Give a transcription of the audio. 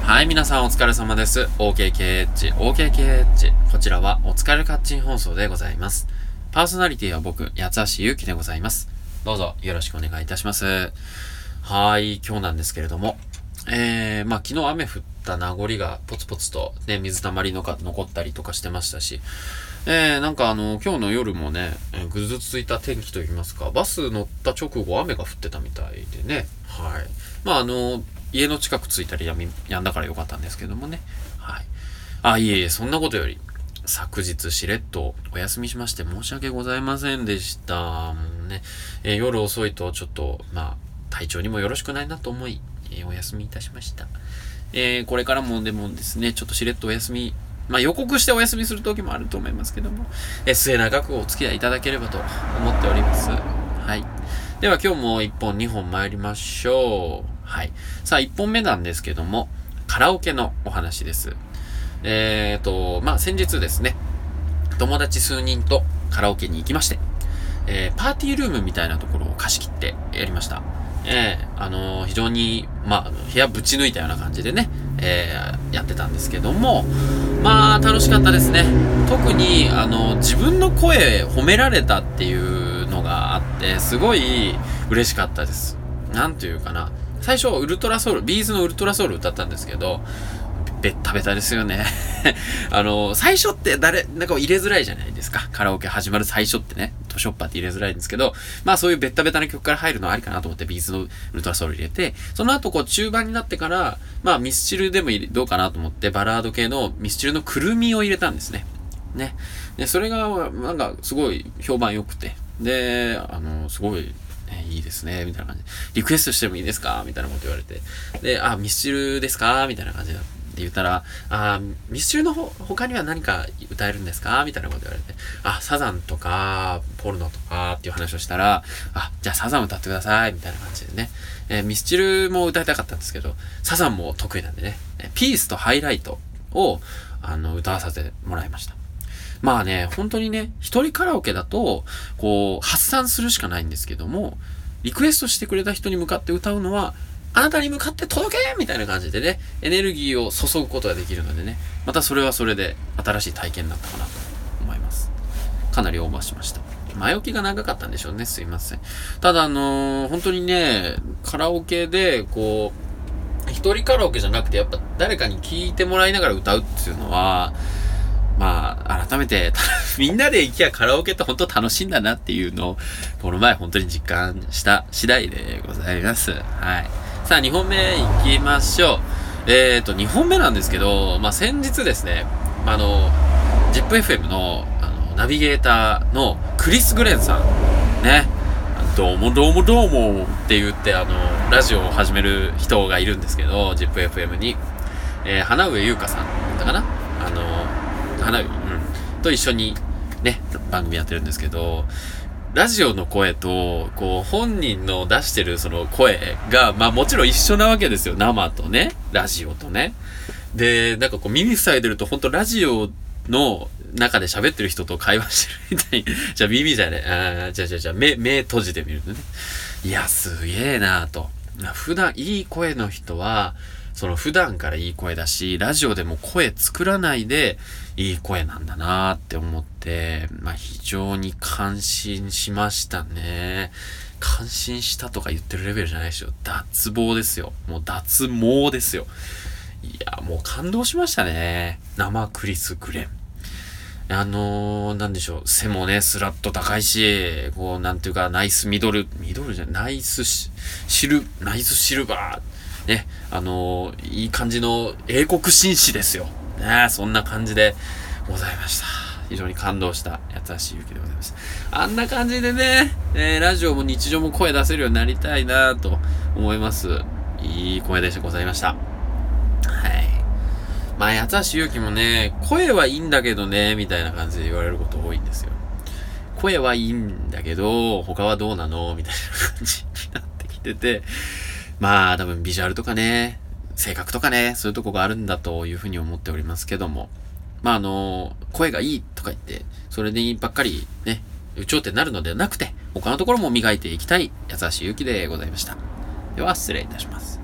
はい、皆さんお疲れ様です。OKKH。こちらはお疲れカッチン放送でございます。パーソナリティは僕、八橋ゆうきでございます。どうぞよろしくお願いいたします。はい、今日なんですけれども、昨日雨降った名残がポツポツとね、水たまりのか残ったりとかしてましたし、今日の夜もね、ぐずついた天気といいますか、バス乗った直後雨が降ってたみたいでね、はい。家の近く着いたりやんだからよかったんですけどもね。はい。いえいえ、そんなことより、昨日しれっとお休みしまして申し訳ございませんでした。もうね、夜遅いとちょっと、体調にもよろしくないなと思い、お休みいたしました。これからもでもですね、ちょっとしれっとお休み、予告してお休みする時もあると思いますけども、末永くお付き合いいただければと思っております。はい。では今日も1本2本参りましょう。はい。さあ1本目なんですけども、カラオケのお話です。先日ですね、友達数人とカラオケに行きまして、パーティールームみたいなところを貸し切ってやりました。非常に、部屋ぶち抜いたような感じでね、やってたんですけども、楽しかったですね。特に、自分の声褒められたっていうのがあって、すごい嬉しかったです。なんというかな。最初、ウルトラソウル、ビーズのウルトラソウル歌ったんですけど、ベッタベタですよね。最初ってなんか入れづらいじゃないですか。カラオケ始まる最初ってね、トショッパーって入れづらいんですけど、そういうベッタベタな曲から入るのはありかなと思ってビーズのウルトラソウル入れて、その後中盤になってから、ミスチルでもどうかなと思ってバラード系のミスチルのくるみを入れたんですね。ね。で、それが、すごい評判良くて、で、すごい、いいですね、みたいな感じで。リクエストしてもいいですかみたいなこと言われて。で、ミスチルですかみたいな感じで言ったら、ミスチルの他には何か歌えるんですかみたいなこと言われて、サザンとか、ポルノとかっていう話をしたら、じゃあサザン歌ってください、みたいな感じでね。ミスチルも歌いたかったんですけど、サザンも得意なんでね、ピースとハイライトを、歌わさせてもらいました。本当にね、一人カラオケだと、発散するしかないんですけども、リクエストしてくれた人に向かって歌うのは、あなたに向かって届けみたいな感じでね、エネルギーを注ぐことができるのでね、またそれはそれで新しい体験になったかなと思います。かなりオーバーしました。前置きが長かったんでしょうね、すいません。ただ本当にね、カラオケで、一人カラオケじゃなくて、やっぱ誰かに聞いてもらいながら歌うっていうのは、改めて、みんなで行きゃカラオケって本当楽しいんだなっていうのを、この前本当に実感した次第でございます。はい。さあ、2本目行きましょう。2本目なんですけど、先日ですね、ZIPFM の、ナビゲーターのクリス・グレンさん、ね、どうもって言って、ラジオを始める人がいるんですけど、ZIPFM に、花上優香さんだったかな花上、と一緒にね、番組やってるんですけど、ラジオの声と、本人の出してるその声が、もちろん一緒なわけですよ。生とね、ラジオとね。で、耳塞いでると本当ラジオの中で喋ってる人と会話してるみたい。じゃあ耳じゃね、じゃあ目閉じてみるとね。いや、すげえなぁと。普段いい声の人は、普段からいい声だし、ラジオでも声作らないでいい声なんだなーって思って、非常に感心しましたね。感心したとか言ってるレベルじゃないですよ。脱帽ですよ。もう脱毛ですよ。いや、もう感動しましたね。生クリス・グレン。なんでしょう。背もね、スラッと高いし、なんていうか、ナイスじゃナイスシルバー。ね、いい感じの英国紳士ですよ。ね、そんな感じでございました。非常に感動した八橋ゆうきでございました。あんな感じでね、ラジオも日常も声出せるようになりたいなと思います。いい声でございました。はい。八橋ゆうきもね、声はいいんだけどね、みたいな感じで言われること多いんですよ。声はいいんだけど、他はどうなのみたいな感じになってきてて、多分ビジュアルとかね、性格とかね、そういうとこがあるんだというふうに思っておりますけども。声がいいとか言って、それでばっかりね、有頂天になるのではなくて、他のところも磨いていきたい、八橋ゆうきでございました。では、失礼いたします。